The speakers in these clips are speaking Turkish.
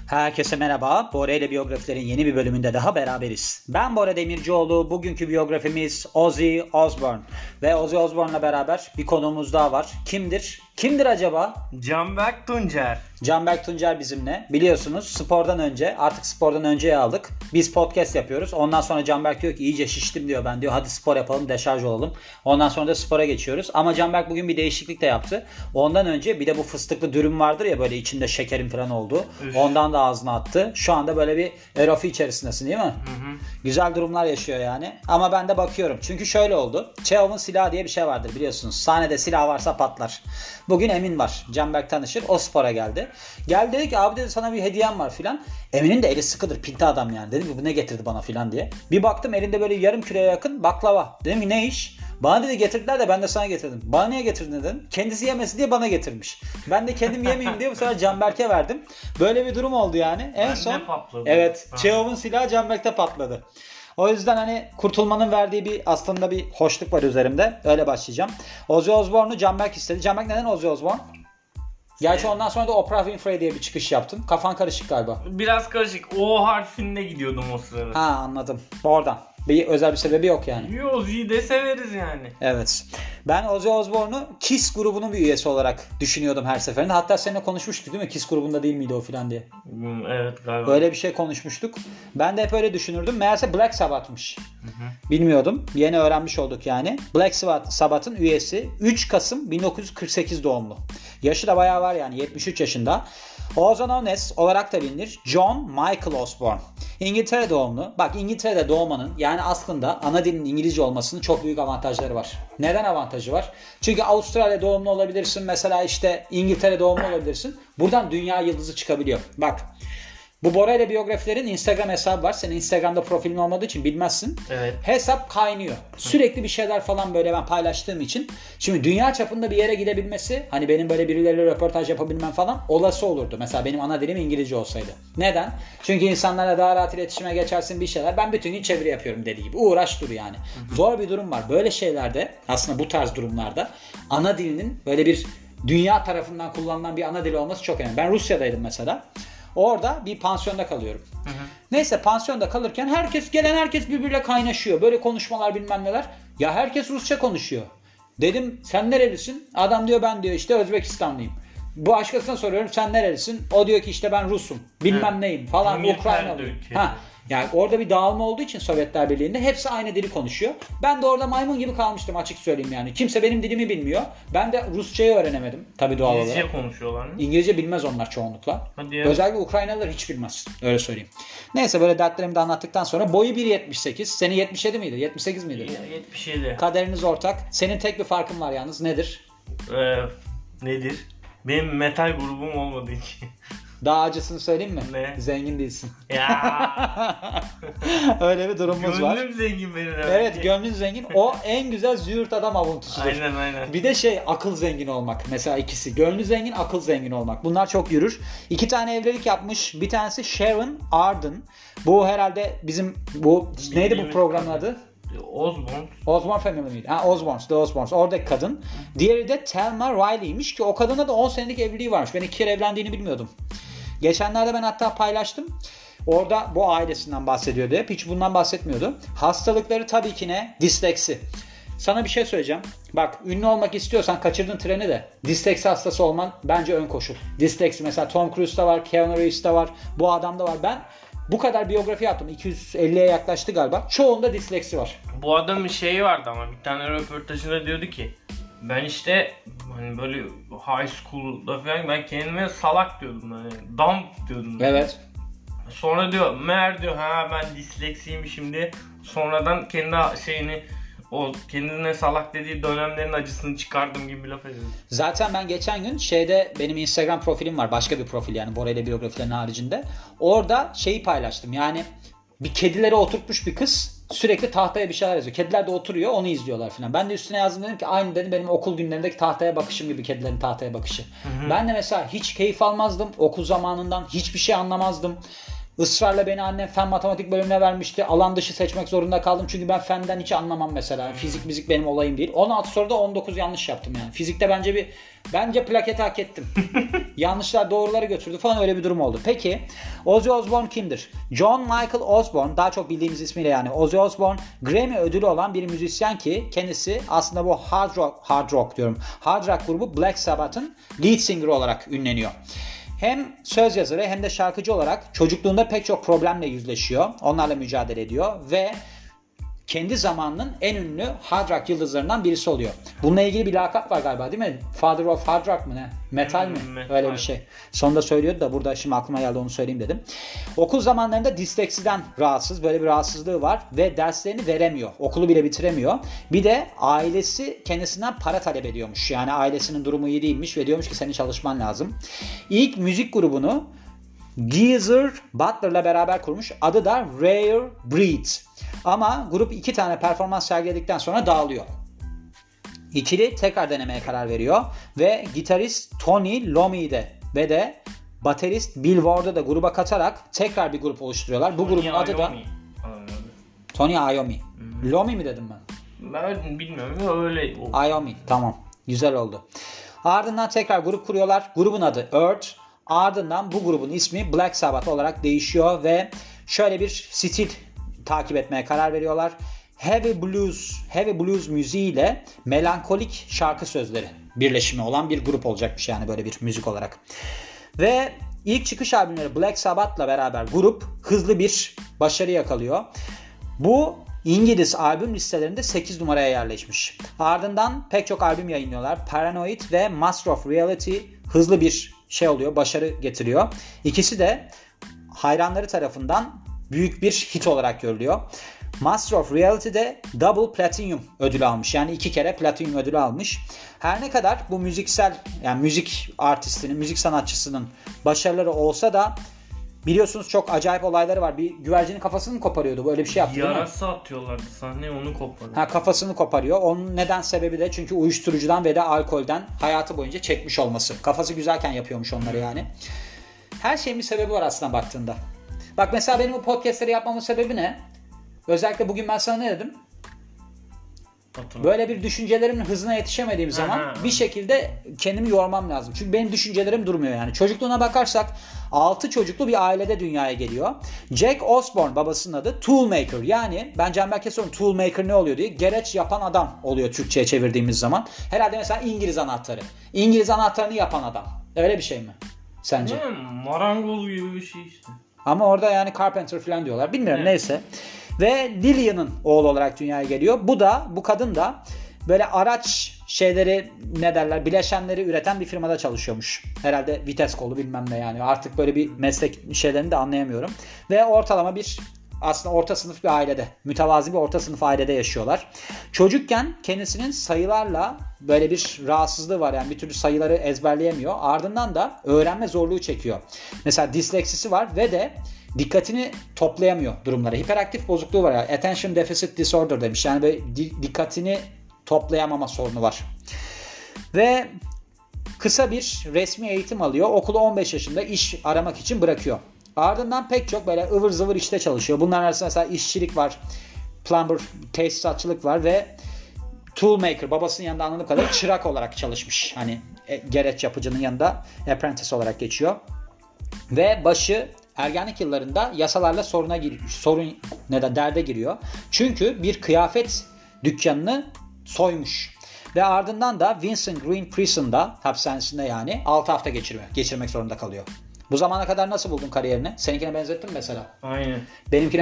Herkese merhaba. Bora ile biyografilerin yeni bir bölümünde daha beraberiz. Ben Bora Demircioğlu. Bugünkü biyografimiz Ozzy Osbourne. Ve Ozzy Osbourne'la beraber bir konuğumuz daha var. Kimdir? Kimdir acaba? Canberk Tuncer. Canberk Tuncer bizimle. Biliyorsunuz spordan önceye aldık. Biz podcast yapıyoruz. Ondan sonra Canberk diyor ki iyice şiştim diyor. Ben diyor hadi spor yapalım, deşarj olalım. Ondan sonra da spora geçiyoruz. Ama Canberk bugün bir değişiklik de yaptı. Ondan önce bir de bu fıstıklı dürüm vardır ya, böyle içinde şekerin falan olduğu. Ondan da ağzına attı. Şu anda böyle bir erofi içerisindesin değil mi? Hı. Güzel durumlar yaşıyor yani. Ama ben de bakıyorum. Çünkü şöyle oldu. Çehov'un silahı diye bir şey vardır biliyorsunuz. Sahnede silah varsa patlar. Bugün Emin var. Canberk tanışır. O spora geldi. Geldi dedi ki abi dedi sana bir hediyem var filan. Emin'in de eli sıkıdır. Pinti adam yani. Dedim ki bu ne getirdi bana filan diye. Bir baktım elinde böyle yarım kiloya yakın baklava. Dedim ki ne iş? Bana dedi getirdiler de ben de sana getirdim. Bana niye getirdin dedim. Kendisi yemesin diye bana getirmiş. Ben de kendim yemeyeyim diye bu sefer Canberk'e verdim. Böyle bir durum oldu yani. En son evet, Çehov'un silahı Canberk'te patladı. O yüzden hani kurtulmanın verdiği bir aslında bir hoşluk var üzerimde. Öyle başlayacağım. Ozzy Osbourne'u Canberk istedi. Canberk neden Ozzy Osbourne? Gerçi ondan sonra da Oprah Winfrey diye bir çıkış yaptın. Kafan karışık galiba. Biraz karışık. O harfinde gidiyordum o sırada. Ha, anladım. Oradan. Özel bir sebebi yok yani. Ozzy'yi de severiz yani. Evet. Ben Ozzy Osbourne'u Kiss grubunun bir üyesi olarak düşünüyordum her seferinde. Hatta seninle konuşmuştuk değil mi? Kiss grubunda değil miydi o filan diye. Evet galiba. Öyle bir şey konuşmuştuk. Ben de hep öyle düşünürdüm. Meğerse Black Sabbath'mış. Bilmiyordum. Yeni öğrenmiş olduk yani. Black Sabbath'ın üyesi. 3 Kasım 1948 doğumlu. Yaşı da bayağı var yani. 73 yaşında. Also known as olarak da bilinir John Michael Osbourne. İngiltere doğumlu. Bak, İngiltere'de doğmanın yani aslında ana dilin İngilizce olmasının çok büyük avantajları var. Neden avantajı var? Çünkü Avustralya doğumlu olabilirsin. Mesela işte İngiltere doğumlu olabilirsin. Buradan dünya yıldızı çıkabiliyor. Bak. Bu Bora ile biyografilerin Instagram hesabı var. Senin Instagram'da profilin olmadığı için bilmezsin. Evet. Hesap kaynıyor. Sürekli bir şeyler falan böyle ben paylaştığım için. Şimdi dünya çapında bir yere gidebilmesi, hani benim böyle birileriyle röportaj yapabilmem falan olası olurdu. Mesela benim ana dilim İngilizce olsaydı. Neden? Çünkü insanlarla daha rahat iletişime geçersin bir şeyler. Ben bütün gün çeviri yapıyorum dediği gibi. Uğraş dur yani. Zor bir durum var. Böyle şeylerde aslında bu tarz durumlarda ana dilinin böyle bir dünya tarafından kullanılan bir ana dili olması çok önemli. Ben Rusya'daydım mesela. Orada bir pansiyonda kalıyorum. Neyse, pansiyonda kalırken gelen herkes birbiriyle kaynaşıyor. Böyle konuşmalar bilmem neler. Ya herkes Rusça konuşuyor. Dedim sen nerelisin? Adam diyor ben diyor işte Özbekistanlıyım. Bu başkasına soruyorum sen nerelisin? O diyor ki işte ben Rusum. Bilmem neyim falan. Ukraynalıyım. Yani orada bir dağılma olduğu için Sovyetler Birliği'nde hepsi aynı dili konuşuyor. Ben de orada maymun gibi kalmıştım, açık söyleyeyim yani. Kimse benim dilimi bilmiyor. Ben de Rusçayı öğrenemedim tabii doğal olarak. İngilizce konuşuyorlar mı? İngilizce bilmez onlar çoğunlukla. Hadi özellikle Ukraynalılar hiç bilmez. Öyle söyleyeyim. Neyse, böyle dertlerimi de anlattıktan sonra boyu 1.78. Senin 77 miydi? 78 miydi? 77. Kaderiniz ortak. Senin tek bir farkın var yalnız. Nedir? Nedir? Benim metal grubum olmadığı için. Daha acısını söyleyeyim mi? Ne? Zengin değilsin. Ya. Öyle bir durumumuz var. Gönlüm zengin benim. Evet, gönlün zengin. O en güzel züğürt adam avuntusudur. Aynen. Bir de akıl zengin olmak. Mesela ikisi. Gönlü zengin, akıl zengin olmak. Bunlar çok yürür. 2 tane evlilik yapmış. Bir tanesi Sharon Arden. Bu herhalde neydi bu programın adı? Osbourne Family miydi? Ha, The Osbournes. Oradaki kadın. Diğeri de Thelma Riley'miş ki o kadına da 10 senelik evliliği varmış. Ben 2 kere evlendiğini bilmiyordum. Geçenlerde ben hatta paylaştım. Orada bu ailesinden bahsediyordu hep. Hiç bundan bahsetmiyordu. Hastalıkları tabii ki ne? Disleksi. Sana bir şey söyleyeceğim. Bak, ünlü olmak istiyorsan kaçırdın treni de. Disleksi hastası olman bence ön koşul. Disleksi mesela Tom Cruise'da var, Keanu Reeves'da var, bu adamda var. Ben bu kadar biyografi yaptım. 250'ye yaklaştı galiba. Çoğunda disleksi var. Bu adamın şeyi vardı ama bir tane röportajında diyordu ki ben işte hani böyle high school'da falan ben kendime salak diyordum, hani dumb diyordum. Evet. Sonra diyor meğer diyor ben disleksiymişim diye sonradan kendi o kendine salak dediği dönemlerin acısını çıkardım gibi bir laf ediyordu. Zaten ben geçen gün benim Instagram profilim var, başka bir profil yani Bora ile biyografilerin haricinde. Orada paylaştım yani bir kedilere oturtmuş bir kız sürekli tahtaya bir şeyler yazıyor. Kediler de oturuyor, onu izliyorlar falan. Ben de üstüne yazdım, dedim ki aynı dedim benim okul günlerindeki tahtaya bakışım gibi, kedilerin tahtaya bakışı. Ben de mesela hiç keyif almazdım okul zamanından, hiçbir şey anlamazdım. Israrla beni annem fen matematik bölümüne vermişti. Alan dışı seçmek zorunda kaldım. Çünkü ben fenden hiç anlamam mesela. Fizik benim olayım değil. 16 soruda 19 yanlış yaptım yani. Fizikte bence plaketi hak ettim. Yanlışlar doğruları götürdü falan, öyle bir durum oldu. Peki Ozzy Osbourne kimdir? John Michael Osbourne, daha çok bildiğimiz ismiyle yani Ozzy Osbourne, Grammy ödülü olan bir müzisyen ki kendisi aslında bu hard rock grubu Black Sabbath'ın lead singer olarak ünleniyor. Hem söz yazarı hem de şarkıcı olarak çocukluğunda pek çok problemle yüzleşiyor. Onlarla mücadele ediyor ve kendi zamanının en ünlü hard rock yıldızlarından birisi oluyor. Bununla ilgili bir lakap var galiba değil mi? Father of Hard Rock mı ne? Metal mi? Metal. Öyle bir şey. Sonunda söylüyordu da burada şimdi aklıma geldi, onu söyleyeyim dedim. Okul zamanlarında disleksiden rahatsız. Böyle bir rahatsızlığı var ve derslerini veremiyor. Okulu bile bitiremiyor. Bir de ailesi kendisinden para talep ediyormuş. Yani ailesinin durumu iyi değilmiş ve diyormuş ki senin çalışman lazım. İlk müzik grubunu Geezer Butler'la beraber kurmuş. Adı da Rare Breed. Ama grup 2 tane performans sergiledikten sonra dağılıyor. İkili tekrar denemeye karar veriyor ve gitarist Tony Iommi ve de baterist Bill Ward'ı da gruba katarak tekrar bir grup oluşturuyorlar. Bu grubun adı da Tony Iommi. Iommi mi dedim ben? Ben bilmiyorum, öyle. Iommi, tamam. Güzel oldu. Ardından tekrar grup kuruyorlar. Grubun adı Earth. Ardından bu grubun ismi Black Sabbath olarak değişiyor ve şöyle bir stil takip etmeye karar veriyorlar. Heavy blues müziğiyle melankolik şarkı sözleri birleşimi olan bir grup olacakmış yani, böyle bir müzik olarak. Ve ilk çıkış albümleri Black Sabbath'la beraber grup hızlı bir başarı yakalıyor. Bu İngiliz albüm listelerinde 8 numaraya yerleşmiş. Ardından pek çok albüm yayınlıyorlar. Paranoid ve Master of Reality hızlı bir oluyor, başarı getiriyor. İkisi de hayranları tarafından büyük bir hit olarak görülüyor. Master of Reality'de Double Platinum ödülü almış. Yani 2 kere Platinum ödülü almış. Her ne kadar bu müzik artistinin, müzik sanatçısının başarıları olsa da biliyorsunuz çok acayip olayları var. Bir güvercinin kafasını mı koparıyordu? Böyle bir şey yaptı değil mi? Yarasa atıyorlardı sahneye, onu koparıyor. Kafasını koparıyor. Onun neden sebebi de çünkü uyuşturucudan ve de alkolden hayatı boyunca çekmiş olması. Kafası güzelken yapıyormuş onları yani. Her şeyin bir sebebi var aslında baktığında. Bak mesela benim bu podcastleri yapmamın sebebi ne? Özellikle bugün ben sana ne dedim? Böyle bir düşüncelerimin hızına yetişemediğim zaman bir şekilde kendimi yormam lazım. Çünkü benim düşüncelerim durmuyor yani. Çocukluğuna bakarsak 6 çocuklu bir ailede dünyaya geliyor. Jack Osbourne babasının adı Toolmaker. Yani ben Canberk'e sordum Toolmaker ne oluyor diye. Gereç yapan adam oluyor Türkçe'ye çevirdiğimiz zaman. Herhalde mesela İngiliz anahtarı. İngiliz anahtarını yapan adam. Öyle bir şey mi sence? Marangoz gibi bir şey işte. Ama orada yani Carpenter falan diyorlar. Bilmiyorum neyse. Ve Lillian'ın oğlu olarak dünyaya geliyor. Bu kadın da böyle araç bileşenleri üreten bir firmada çalışıyormuş. Herhalde vites kolu bilmem ne yani. Artık böyle bir meslek şeylerini de anlayamıyorum. Ve ortalama aslında orta sınıf bir ailede, mütevazi bir orta sınıf ailede yaşıyorlar. Çocukken kendisinin sayılarla böyle bir rahatsızlığı var. Yani bir türlü sayıları ezberleyemiyor. Ardından da öğrenme zorluğu çekiyor. Mesela disleksisi var ve de dikkatini toplayamıyor durumlara. Hiperaktif bozukluğu var. Yani attention deficit disorder demiş. Yani böyle dikkatini toplayamama sorunu var. Ve kısa bir resmi eğitim alıyor. Okulu 15 yaşında iş aramak için bırakıyor. Ardından pek çok böyle ıvır zıvır işte çalışıyor. Bunların arasında mesela işçilik var. Plumber, tesisatçılık var ve toolmaker, babasının yanında anladığım kadarıyla çırak olarak çalışmış. Hani gereç yapıcının yanında apprentice olarak geçiyor. Ve başı ergenlik yıllarında yasalarla derde giriyor. Çünkü bir kıyafet dükkanını soymuş. Ve ardından da Vincent Green Prison'da, hapishanesinde yani 6 hafta geçirmek zorunda kalıyor. Bu zamana kadar nasıl buldun kariyerini? Seninkine benzettin mi mesela? Aynen. Benimkine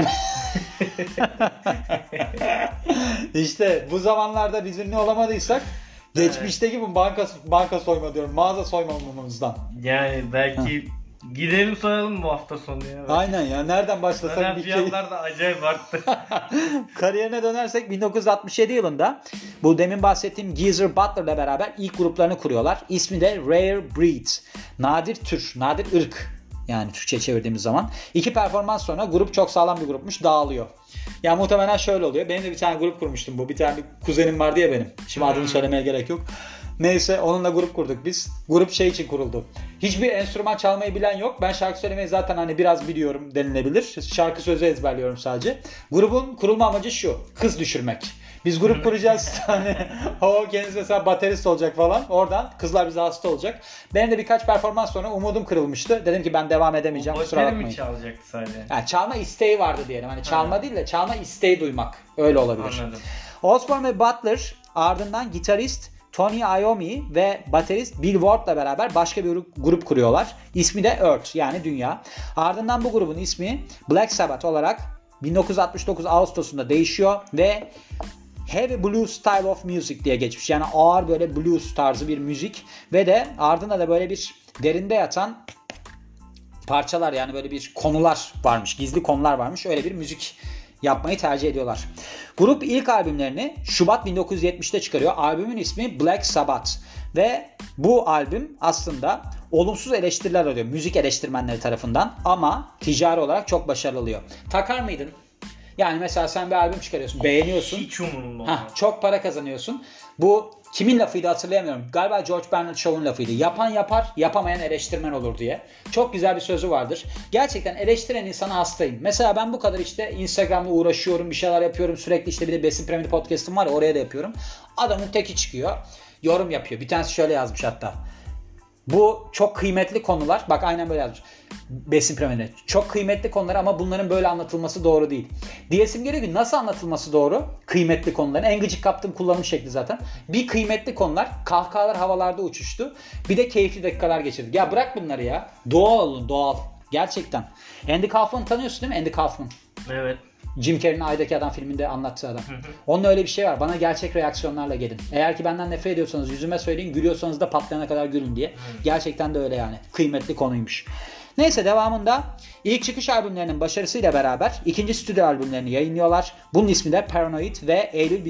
İşte bu zamanlarda biz ünlü olamadıysak geçmişteki bu banka soyma diyorum, mağaza soymamamızdan. Yani belki gidelim soyalım bu hafta sonu ya. Aynen ya, nereden başlasak bir şey. Fiyatlar da acayip arttı. Kariyerine dönersek 1967 yılında bu demin bahsettiğim Geezer Butler'la beraber ilk gruplarını kuruyorlar. İsmi de Rare Breed. Nadir tür, nadir ırk. Yani Türkçe'ye çevirdiğimiz zaman. 2 performans sonra grup çok sağlam bir grupmuş, dağılıyor. Ya muhtemelen şöyle oluyor. Benim de bir tane grup kurmuştum bu. Bir tane kuzenim vardı ya benim. Şimdi adını söylemeye gerek yok. Neyse onunla grup kurduk biz. Grup şey için kuruldu. Hiçbir enstrüman çalmayı bilen yok. Ben şarkı söylemeyi zaten hani biraz biliyorum denilebilir. Şarkı sözü ezberliyorum sadece. Grubun kurulma amacı şu. Kız düşürmek. Biz grup kuracağız. Hani o kendisi mesela baterist olacak falan. Oradan kızlar bize hasta olacak. Benim de birkaç performans sonra umudum kırılmıştı. Dedim ki ben devam edemeyeceğim. Kusura Bateri bakmayın. mi çalacaktı sadece? Yani çalma isteği vardı diyelim. Hani çalma değil de çalma isteği duymak. Öyle olabilir. Anladım. Osbourne ve Butler ardından gitarist Tony Iommi ve baterist Bill Ward'la beraber başka bir grup kuruyorlar. İsmi de Earth yani Dünya. Ardından bu grubun ismi Black Sabbath olarak 1969 Ağustos'unda değişiyor ve Heavy Blues Style of Music diye geçmiş. Yani ağır böyle blues tarzı bir müzik ve de ardında da böyle bir derinde yatan parçalar yani böyle bir konular varmış. Gizli konular varmış. Öyle bir müzik yapmayı tercih ediyorlar. Grup ilk albümlerini Şubat 1970'te çıkarıyor. Albümün ismi Black Sabbath ve bu albüm aslında olumsuz eleştiriler alıyor müzik eleştirmenleri tarafından ama ticari olarak çok başarılı oluyor. Takar mıydın? Yani mesela sen bir albüm çıkarıyorsun, beğeniyorsun. Hiç umurumda olmaz. Çok para kazanıyorsun. Bu kimin lafıydı hatırlayamıyorum. Galiba George Bernard Shaw'un lafıydı. Yapan yapar, yapamayan eleştirmen olur diye. Çok güzel bir sözü vardır. Gerçekten eleştiren insana hastayım. Mesela ben bu kadar işte Instagram'la uğraşıyorum, bir şeyler yapıyorum. Sürekli işte bir de Besin Piramidi podcast'ım var ya oraya da yapıyorum. Adamın teki çıkıyor, yorum yapıyor. Bir tanesi şöyle yazmış hatta. Bu çok kıymetli konular. Bak aynen böyle yazmış. Besin piramidi. Çok kıymetli konular ama bunların böyle anlatılması doğru değil. Diyesim geliyor ki nasıl anlatılması doğru? Kıymetli konuların. En gıcık kaptığım kullanım şekli zaten. Bir kıymetli konular. Kahkahalar havalarda uçuştu. Bir de keyifli dakikalar geçirdik. Ya bırak bunları ya. Doğal olun doğal. Gerçekten. Andy Kaufman'ı tanıyorsun değil mi? Andy Kaufman. Evet. Jim Carrey'nin Ay'daki Adam filminde anlattığı adam. Onun öyle bir şey var. Bana gerçek reaksiyonlarla gelin. Eğer ki benden nefret ediyorsanız yüzüme söyleyin. Gülüyorsanız da patlayana kadar gülün diye. Gerçekten de öyle yani. Kıymetli konuymuş. Neyse devamında ilk çıkış albümlerinin başarısıyla beraber ikinci stüdyo albümlerini yayınlıyorlar. Bunun ismi de Paranoid ve Eylül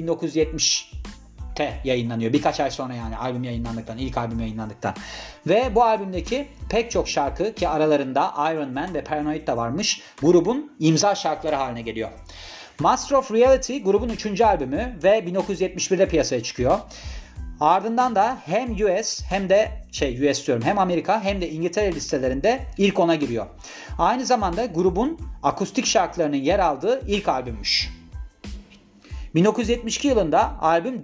1970'te yayınlanıyor. Birkaç ay sonra yani albüm yayınlandıktan, ilk albüm yayınlandıktan. Ve bu albümdeki pek çok şarkı ki aralarında Iron Man ve Paranoid de varmış. Grubun imza şarkıları haline geliyor. Master of Reality grubun 3. albümü ve 1971'de piyasaya çıkıyor. Ardından da hem US hem de US diyorum hem Amerika hem de İngiltere listelerinde ilk 10'a giriyor. Aynı zamanda grubun akustik şarkılarının yer aldığı ilk albümmüş. 1972 yılında albüm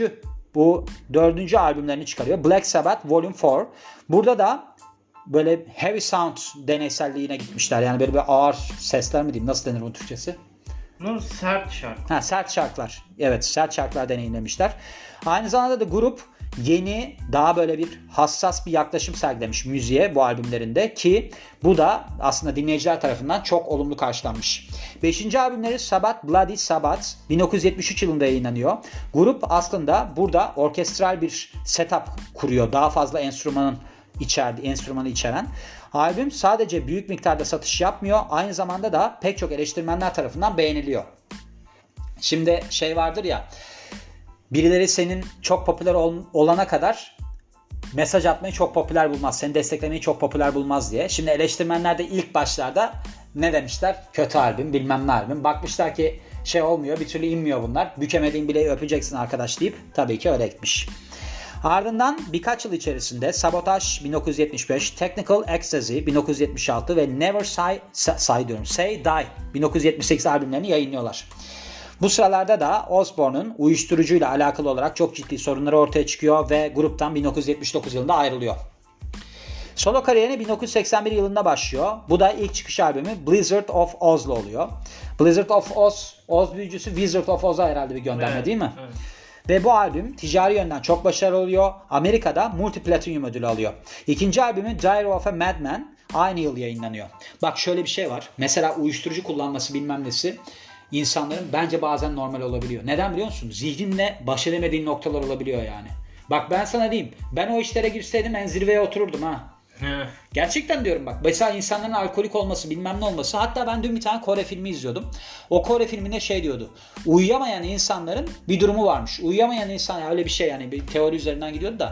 4. albümlerini çıkarıyor. Black Sabbath Volume 4. Burada da böyle heavy sound deneyselliğine gitmişler. Yani böyle bir ağır sesler mi diyeyim? Nasıl denir bunun Türkçesi? Bunun sert şarkı. Sert şarkılar. Evet, sert şarkılar deneyimlemişler. Aynı zamanda da grup yeni, daha böyle bir hassas bir yaklaşım sergilemiş müziğe bu albümlerinde ki bu da aslında dinleyiciler tarafından çok olumlu karşılanmış. 5. albümleri Sabbath Bloody Sabbath 1973 yılında yayınlanıyor. Grup aslında burada orkestral bir setup kuruyor. Daha fazla enstrümanı içeren. Albüm sadece büyük miktarda satış yapmıyor. Aynı zamanda da pek çok eleştirmenler tarafından beğeniliyor. Şimdi vardır ya, birileri senin çok popüler olana kadar mesaj atmayı çok popüler bulmaz. Seni desteklemeyi çok popüler bulmaz diye. Şimdi eleştirmenler de ilk başlarda ne demişler? Kötü albüm, bilmem ne albüm. Bakmışlar ki olmuyor, bir türlü inmiyor bunlar. Bükemediğin bileği öpeceksin arkadaş deyip tabii ki öyle gitmiş. Ardından birkaç yıl içerisinde Sabotage 1975, Technical Ecstasy 1976 ve Never Say Die 1978 albümlerini yayınlıyorlar. Bu sıralarda da Osbourne'un uyuşturucuyla alakalı olarak çok ciddi sorunları ortaya çıkıyor ve gruptan 1979 yılında ayrılıyor. Solo kariyerine 1981 yılında başlıyor. Bu da ilk çıkış albümü Blizzard of Oz'la oluyor. Blizzard of Oz büyücüsü Wizard of Oz'a herhalde bir gönderme değil mi? Evet. Ve bu albüm ticari yönden çok başarılı oluyor. Amerika'da Multi-Platinum ödülü alıyor. İkinci albümü Diary of a Madman aynı yıl yayınlanıyor. Bak şöyle bir şey var. Mesela uyuşturucu kullanması bilmem nesi insanların bence bazen normal olabiliyor. Neden biliyor musun? Zihninle baş edemediğin noktalar olabiliyor yani. Bak ben sana diyeyim. Ben o işlere girseydim en zirveye otururdum ha. Gerçekten diyorum bak. Mesela insanların alkolik olması bilmem ne olması. Hatta ben dün bir tane Kore filmi izliyordum. O Kore filminde diyordu. Uyuyamayan insanların bir durumu varmış. Uyuyamayan insan öyle bir şey yani bir teori üzerinden gidiyordu da.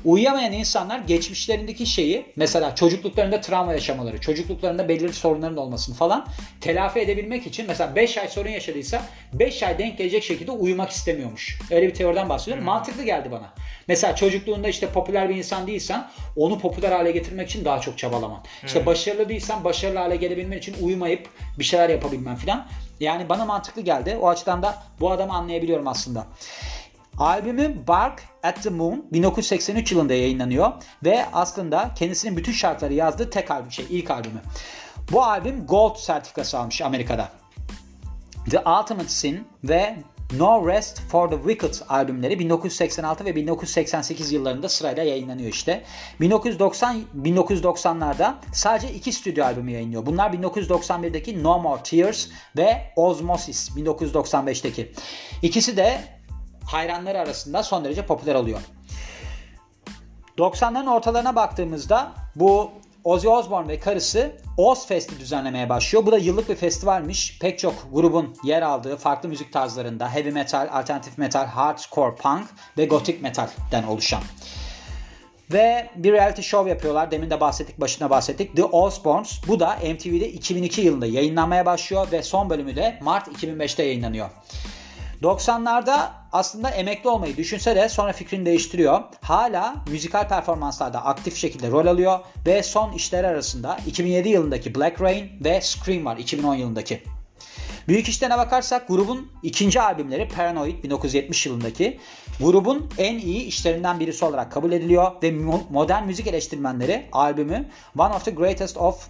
Uyuyamayan insanlar geçmişlerindeki şeyi, mesela çocukluklarında travma yaşamaları, çocukluklarında belirli sorunların olmasını falan telafi edebilmek için, mesela 5 ay sorun yaşadıysa 5 ay denk gelecek şekilde uyumak istemiyormuş. Öyle bir teoriden bahsediyorum. Mantıklı geldi bana. Mesela çocukluğunda işte popüler bir insan değilsen onu popüler hale getirmek için daha çok çabalaman. İşte başarılı değilsen başarılı hale gelebilmen için uyumayıp bir şeyler yapabilmen falan. Yani bana mantıklı geldi. O açıdan da bu adamı anlayabiliyorum aslında. Albümü Bark at the Moon 1983 yılında yayınlanıyor ve aslında kendisinin bütün şarkıları yazdığı tek albüm, ilk albümü. Bu albüm Gold sertifikası almış Amerika'da. The Ultimate Sin ve No Rest for the Wicked albümleri 1986 ve 1988 yıllarında sırayla yayınlanıyor işte. 1990'larda sadece 2 stüdyo albümü yayınlıyor. Bunlar 1991'deki No More Tears ve Osmosis 1995'teki. İkisi de hayranları arasında son derece popüler oluyor. 90'ların ortalarına baktığımızda bu Ozzy Osbourne ve karısı Ozzfest'i düzenlemeye başlıyor. Bu da yıllık bir festivalmiş. Pek çok grubun yer aldığı farklı müzik tarzlarında heavy metal, alternatif metal, hardcore punk ve gothic metalden oluşan. Ve bir reality show yapıyorlar. Demin de başına bahsettik. The Osbournes. Bu da MTV'de 2002 yılında yayınlanmaya başlıyor ve son bölümü de Mart 2005'te yayınlanıyor. 90'larda aslında emekli olmayı düşünse de sonra fikrini değiştiriyor. Hala müzikal performanslarda aktif şekilde rol alıyor ve son işleri arasında 2007 yılındaki Black Rain ve Scream var 2010 yılındaki. Büyük işlerine bakarsak grubun ikinci albümleri Paranoid 1970 yılındaki grubun en iyi işlerinden birisi olarak kabul ediliyor ve modern müzik eleştirmenleri albümü One of the Greatest of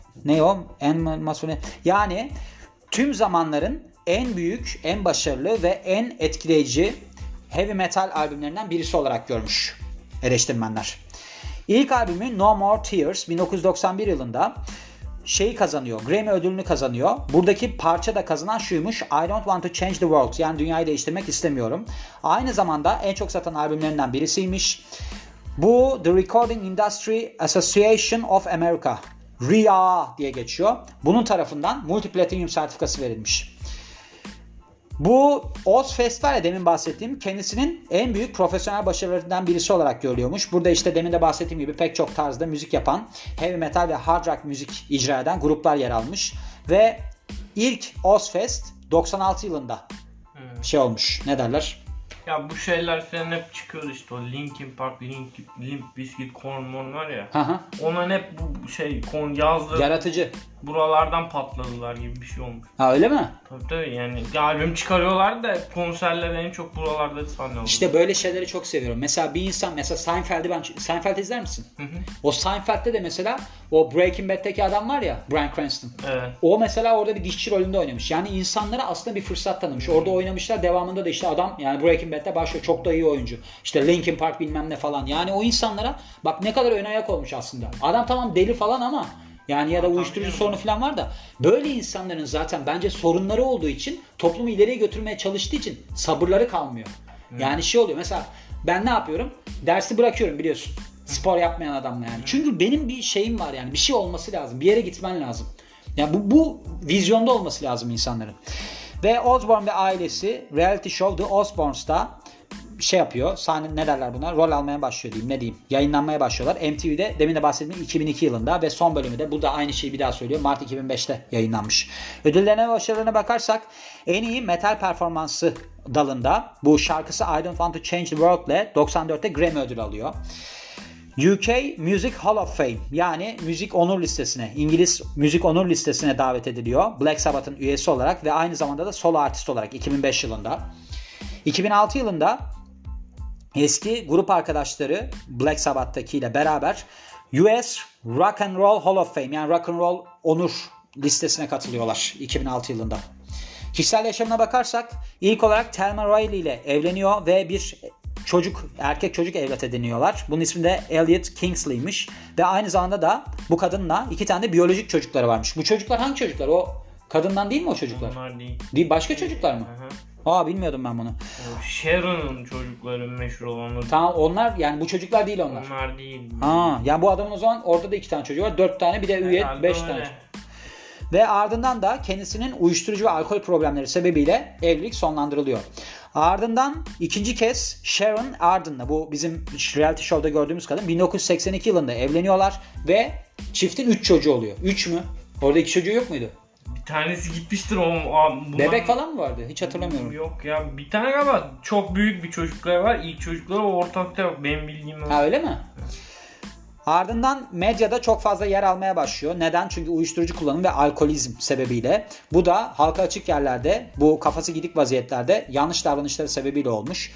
yani tüm zamanların en büyük, en başarılı ve en etkileyici heavy metal albümlerinden birisi olarak görmüş eleştirmenler. İlk albümü No More Tears 1991 yılında kazanıyor. Grammy ödülünü kazanıyor. Buradaki parça da kazanan şuymuş. I don't want to change the world. Yani dünyayı değiştirmek istemiyorum. Aynı zamanda en çok satan albümlerinden birisiymiş. Bu The Recording Industry Association of America, RIAA diye geçiyor. Bunun tarafından multiplatinum sertifikası verilmiş. Bu Ozzfest var ya, demin bahsettiğim, kendisinin en büyük profesyonel başarılarından birisi olarak görülüyormuş. Burada işte demin de bahsettiğim gibi pek çok tarzda müzik yapan, heavy metal ve hard rock müzik icra eden gruplar yer almış. Ve ilk Ozzfest 96 yılında olmuş. Ne derler? Ya bu şeyler falan hep çıkıyor işte, o Linkin Park, Limp Bizkit, Korn var ya. Onların hep bu Korn yazdı. Yaratıcı. Buralardan patladılar gibi bir şey olmuş. Ha, öyle mi? Tabii yani albüm çıkarıyorlar da konserleri en çok buralarda sanıyorlar. İşte böyle şeyleri çok seviyorum. Mesela bir insan, mesela Seinfeld izler misin? Hı. O Seinfeld'de de mesela o Breaking Bad'deki adam var ya, Bryan Cranston. Evet. O mesela orada bir dişçi rolünde oynamış. Yani insanlara aslında bir fırsat tanımış. Orada oynamışlar, devamında da işte adam yani Breaking Bad'de başlıyor. Çok da iyi oyuncu. İşte Linkin Park bilmem ne falan. Yani o insanlara bak ne kadar ön ayak olmuş aslında. Adam tamam deli falan ama yani ya da uyuşturucu sorunu falan var da böyle insanların zaten bence sorunları olduğu için toplumu ileriye götürmeye çalıştığı için sabırları kalmıyor. Yani oluyor mesela, ben ne yapıyorum? Dersi bırakıyorum biliyorsun. Spor yapmayan adamla yani. Çünkü benim bir şeyim var yani. Bir şey olması lazım. Bir yere gitmen lazım. Yani bu vizyonda olması lazım insanların. Ve Osbourne ve ailesi reality show The Osbournes'ta yapıyor. Sahne ne derler buna? Rol almaya başlıyor diyeyim. Ne diyeyim? Yayınlanmaya başlıyorlar. MTV'de demin de bahsettiğim 2002 yılında ve son bölümü de bu da aynı şeyi bir daha söylüyor. Mart 2005'te yayınlanmış. Ödüllerine ve başarılarına bakarsak en iyi metal performansı dalında bu şarkısı I Don't Want to Change the World ile 94'te Grammy ödülü alıyor. UK Music Hall of Fame yani müzik onur listesine, İngiliz müzik onur listesine davet ediliyor. Black Sabbath'ın üyesi olarak ve aynı zamanda da solo artist olarak 2005 yılında. 2006 yılında eski grup arkadaşları Black Sabbath'takiyle beraber US Rock and Roll Hall of Fame yani Rock and Roll onur listesine katılıyorlar 2006 yılında. Kişisel yaşamına bakarsak ilk olarak Thelma Riley ile evleniyor ve bir erkek çocuk evlat ediniyorlar. Bunun ismi de Elliot Kingsley'miş ve aynı zamanda da bu kadınla 2 tane de biyolojik çocukları varmış. Bu çocuklar hangi çocuklar? O kadından değil mi o çocuklar? Onlar değil. Değil, başka çocuklar mı? Bilmiyordum ben bunu. Sharon'un çocukları meşhur olanlar. Tamam, onlar yani bu çocuklar değil onlar. Onlar değil. Yani bu adamın o zaman orada da 2 tane çocuğu var. 4 tane bir de üye 5 tane. Ve ardından da kendisinin uyuşturucu ve alkol problemleri sebebiyle evlilik sonlandırılıyor. Ardından ikinci kez Sharon Arden'la, bu bizim reality show'da gördüğümüz kadın, 1982 yılında evleniyorlar ve çiftin 3 çocuğu oluyor. 3 mü? Orada 2 çocuğu yok muydu? Bir tanesi gitmiştir Bebek falan mı vardı? Hiç hatırlamıyorum. Yok ya, bir tane ama çok büyük bir çocukları var. İlk çocukları ortakta yok. Benim bildiğim o. Ha, öyle mi? Ardından medyada çok fazla yer almaya başlıyor. Neden? Çünkü uyuşturucu kullanım ve alkolizm sebebiyle. Bu da halka açık yerlerde, bu kafası gidik vaziyetlerde yanlış davranışları sebebiyle olmuş.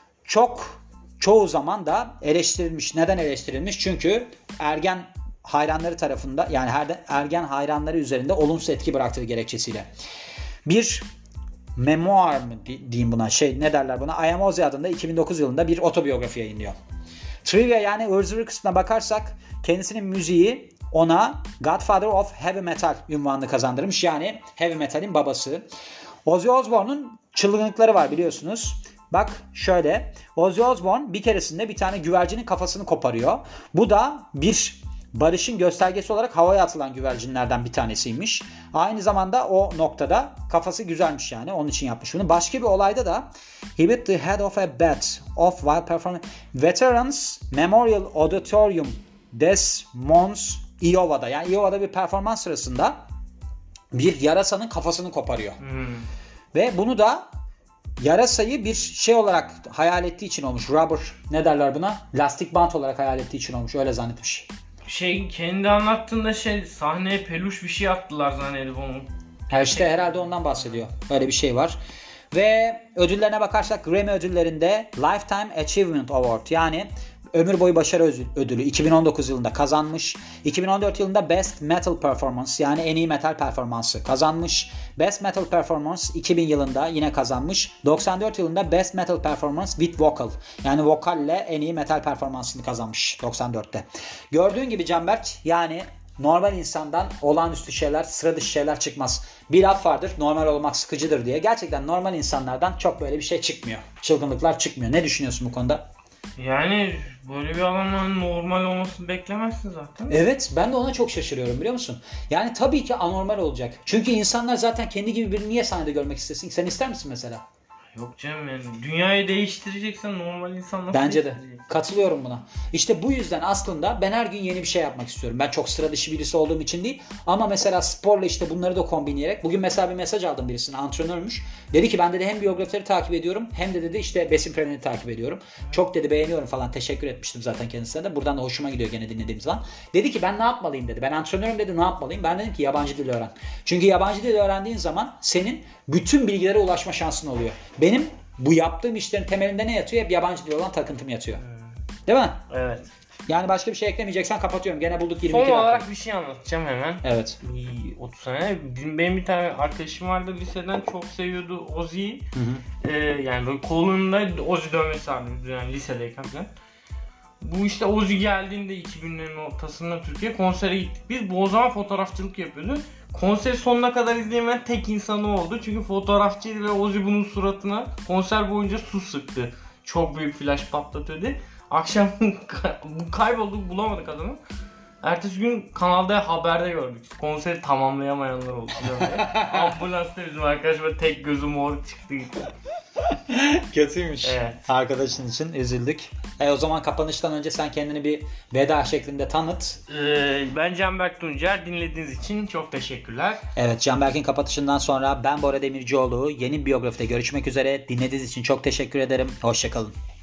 Çoğu zaman da eleştirilmiş. Neden eleştirilmiş? Çünkü ergen hayranları tarafında, yani ergen hayranları üzerinde olumsuz etki bıraktığı gerekçesiyle. Bir memoir mı diyeyim buna, ne derler buna? I Am Ozzy adında 2009 yılında bir otobiyografi yayınlıyor. Trivia, yani ıvır zıvır kısmına bakarsak kendisinin müziği ona Godfather of Heavy Metal unvanını kazandırmış. Yani Heavy Metal'in babası. Ozzy Osbourne'un çılgınlıkları var biliyorsunuz. Bak şöyle, Ozzy Osbourne bir keresinde bir tane güvercinin kafasını koparıyor. Bu da bir barışın göstergesi olarak havaya atılan güvercinlerden bir tanesiymiş. Aynı zamanda o noktada kafası güzelmiş, yani onun için yapmış bunu. Başka bir olayda da he bit the head of a bat of while performing Veterans Memorial Auditorium Des Moines, Iowa'da. Yani Iowa'da bir performans sırasında bir yarasanın kafasını koparıyor. Ve bunu da yarasayı bir şey olarak hayal ettiği için olmuş. Rubber, ne derler buna? Lastik bant olarak hayal ettiği için olmuş. Öyle zannetmiş. Kendi anlattığında sahneye peluş bir şey attılar zannedip onu. İşte herhalde ondan bahsediyor. Öyle bir şey var. Ve ödüllerine bakarsak Grammy ödüllerinde Lifetime Achievement Award, yani ömür boyu başarı ödülü 2019 yılında kazanmış. 2014 yılında Best Metal Performance, yani en iyi metal performansı kazanmış. Best Metal Performance 2000 yılında yine kazanmış. 94 yılında Best Metal Performance with Vocal, yani vokalle en iyi metal performansını kazanmış 94'te. Gördüğün gibi Canberk, yani normal insandan olağanüstü şeyler, sıra dışı şeyler çıkmaz. Bir laf vardır, normal olmak sıkıcıdır diye. Gerçekten normal insanlardan çok böyle bir şey çıkmıyor. Çılgınlıklar çıkmıyor. Ne düşünüyorsun bu konuda? Yani böyle bir adamın normal olmasını beklemezsin zaten. Evet, ben de ona çok şaşırıyorum, biliyor musun? Yani tabii ki anormal olacak. Çünkü insanlar zaten kendi gibi birini niye sahnede görmek istesin? Sen ister misin mesela? Yok canım, yani dünyayı değiştireceksen normal insan nasıl Bence de. değiştirecek? Katılıyorum buna. İşte bu yüzden aslında ben her gün yeni bir şey yapmak istiyorum. Ben çok sıra dışı birisi olduğum için değil. Ama mesela sporla işte bunları da kombinleyerek. Bugün mesela bir mesaj aldım birisine, antrenörmüş. Dedi ki ben dedi hem biyografileri takip ediyorum hem de dedi işte besin planını takip ediyorum. Çok dedi beğeniyorum falan, teşekkür etmiştim zaten kendisine de. Buradan da hoşuma gidiyor gene dinlediğim zaman. Dedi ki ben ne yapmalıyım dedi. Ben antrenörüm dedi, ne yapmalıyım? Ben dedim ki yabancı dil öğren. Çünkü yabancı dil öğrendiğin zaman senin bütün bilgilere ulaşma şansın oluyor. Benim bu yaptığım işlerin temelinde ne yatıyor? Hep yabancı dil olan takıntım yatıyor. Değil mi? Evet. Yani başka bir şey eklemeyeceksen kapatıyorum. Gene bulduk 22 Son dakika. olarak bir şey anlatacağım hemen. Evet. 30 sene. Benim bir tane arkadaşım vardı liseden, çok seviyordu Ozzy'yi. Yani böyle kolunda Ozzy dövmesi vardı yani lisedeyken falan. Bu işte Ozzy geldiğinde 2000'lerin ortasında Türkiye konsere gittik. Biz bu o zaman fotoğrafçılık yapıyordu. Konseri sonuna kadar izleyemeyen tek insanı oldu. Çünkü fotoğrafçıydı ve Ozzy bunun suratına konser boyunca su sıktı. Çok büyük flash patlatıyordu. Akşam kaybolduk, bulamadık adamı. Ertesi gün kanalda haberde gördük. Konseri tamamlayamayanlar oldu. Ambulansta bizim arkadaş ve tek gözü mor çıktı gitti. Kötüymüş. Evet. Arkadaşın için üzüldük. O zaman kapanıştan önce sen kendini bir veda şeklinde tanıt. Ben Canberk Tuncer. Dinlediğiniz için çok teşekkürler. Evet, Canberk'in kapatışından sonra ben Bora Demircioğlu. Yeni bir biyografide görüşmek üzere. Dinlediğiniz için çok teşekkür ederim. Hoşçakalın.